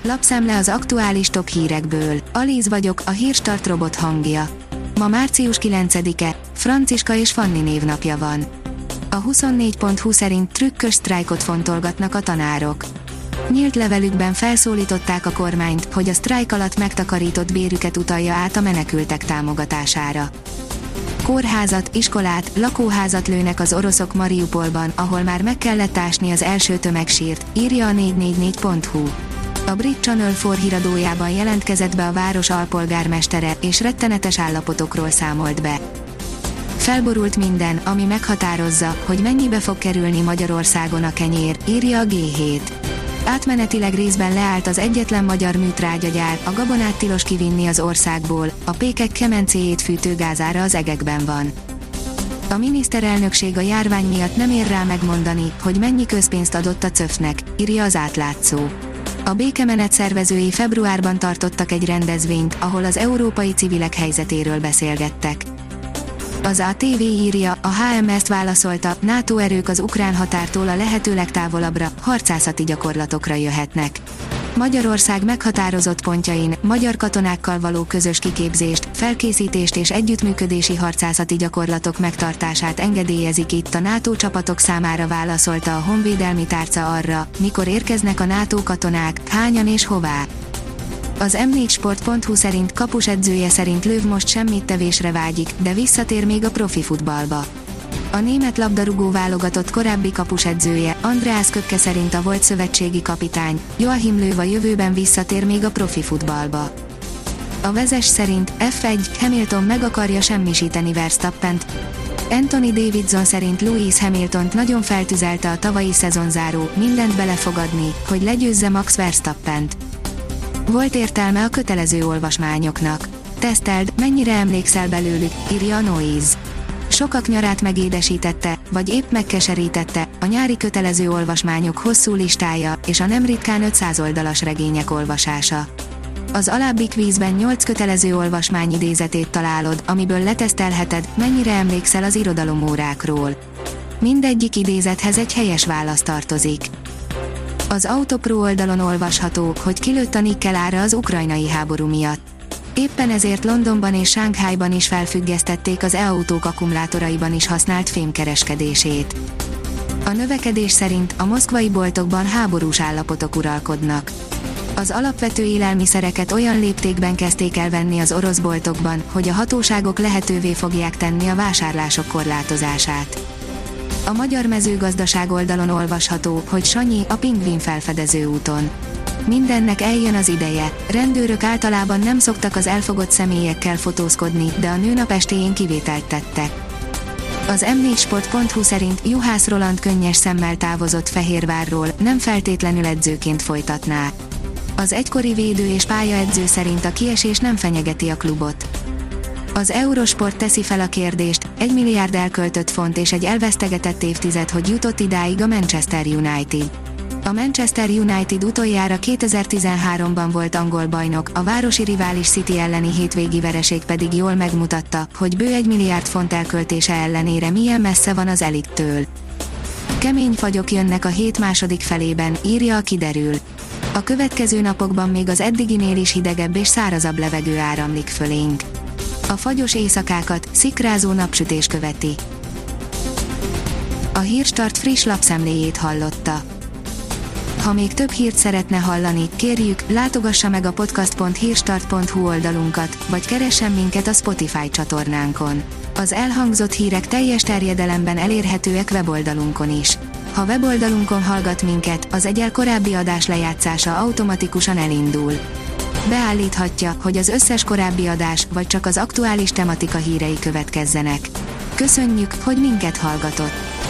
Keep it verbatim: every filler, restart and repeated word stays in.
Lapszemle az aktuális top hírekből. Alíz vagyok, a Hírstart robot hangja. Ma március kilencedike, Franciska és Fanni névnapja van. A huszonnégy pont hu szerint trükkös sztrájkot fontolgatnak a tanárok. Nyílt levelükben felszólították a kormányt, hogy a sztrájk alatt megtakarított bérüket utalja át a menekültek támogatására. Kórházat, iskolát, lakóházat lőnek az oroszok Mariupolban, ahol már meg kellett ásni az első tömegsírt, írja a négy négy négy pont hu. A brit Channel négy híradójában jelentkezett be a város alpolgármestere, és rettenetes állapotokról számolt be. Felborult minden, ami meghatározza, hogy mennyibe fog kerülni Magyarországon a kenyér, írja a gé hét. Átmenetileg részben leállt az egyetlen magyar műtrágyagyár, a gabonát tilos kivinni az országból, a pékek kemencéjét fűtő gázára az egekben van. A miniszterelnökség a járvány miatt nem ér rá megmondani, hogy mennyi közpénzt adott a cöfnek, írja az átlátszó. A békemenet szervezői februárban tartottak egy rendezvényt, ahol az európai civilek helyzetéről beszélgettek. Az á té vé írja, a há em es-t válaszolta, NATO erők az ukrán határtól a lehető legtávolabbra, harcászati gyakorlatokra jöhetnek. Magyarország meghatározott pontjain, magyar katonákkal való közös kiképzést, felkészítést és együttműködési harcászati gyakorlatok megtartását engedélyezik, itt a NATO csapatok számára válaszolta a honvédelmi tárca arra, mikor érkeznek a NATO katonák, hányan és hová. Az em négy sport pont hu szerint kapus edzője szerint Löw most semmit tevésre vágyik, de visszatér még a profi futballba. A német labdarúgó válogatott korábbi kapus edzője, Andreas Köpke szerint a volt szövetségi kapitány, Joachim Löw a jövőben visszatér még a profi futballba. A Vezes szerint ef egy, Hamilton meg akarja semmisíteni Verstappent. Anthony Davidson szerint Lewis Hamiltont nagyon feltüzelte a tavalyi szezonzáró, mindent bele fog adni, hogy legyőzze Max Verstappent. Volt értelme a kötelező olvasmányoknak. Teszteld, mennyire emlékszel belőlük, írja a Noise. Sokak nyarát megédesítette, vagy épp megkeserítette, a nyári kötelező olvasmányok hosszú listája, és a nem ritkán ötszáz oldalas regények olvasása. Az alábbi kvízben nyolc kötelező olvasmány idézetét találod, amiből letesztelheted, mennyire emlékszel az irodalomórákról. Mindegyik idézethez egy helyes válasz tartozik. Az Autopro oldalon olvasható, hogy kilőtt a nikkel ára az ukrajnai háború miatt. Éppen ezért Londonban és Sánkhájban is felfüggesztették az e-autók akkumulátoraiban is használt fém kereskedését. A növekedés szerint a moszkvai boltokban háborús állapotok uralkodnak. Az alapvető élelmiszereket olyan léptékben kezdték el venni az orosz boltokban, hogy a hatóságok lehetővé fogják tenni a vásárlások korlátozását. A magyar mezőgazdaság oldalon olvasható, hogy Sanyi a pingvin felfedező úton. Mindennek eljön az ideje, rendőrök általában nem szoktak az elfogott személyekkel fotózkodni, de a nőnap estéjén kivételt tettek. Az em négy sport pont hu szerint Juhász Roland könnyes szemmel távozott Fehérvárról, nem feltétlenül edzőként folytatná. Az egykori védő és pályaedző szerint a kiesés nem fenyegeti a klubot. Az Eurosport teszi fel a kérdést, egy milliárd elköltött font és egy elvesztegetett évtized, hogy jutott idáig a Manchester United. A Manchester United utoljára kétezer-tizenháromban volt angol bajnok, a városi rivális City elleni hétvégi vereség pedig jól megmutatta, hogy bő egy milliárd font elköltése ellenére milyen messze van az elittől. Kemény fagyok jönnek a hét második felében, írja a Kiderül. A következő napokban még az eddiginél is hidegebb és szárazabb levegő áramlik fölénk. A fagyos éjszakákat szikrázó napsütés követi. A Hírstart friss lapszemléjét hallotta. Ha még több hírt szeretne hallani, kérjük, látogassa meg a podcast pont hírstart pont hu oldalunkat, vagy keressen minket a Spotify csatornánkon. Az elhangzott hírek teljes terjedelemben elérhetőek weboldalunkon is. Ha weboldalunkon hallgat minket, az egyel korábbi adás lejátszása automatikusan elindul. Beállíthatja, hogy az összes korábbi adás, vagy csak az aktuális tematika hírei következzenek. Köszönjük, hogy minket hallgatott!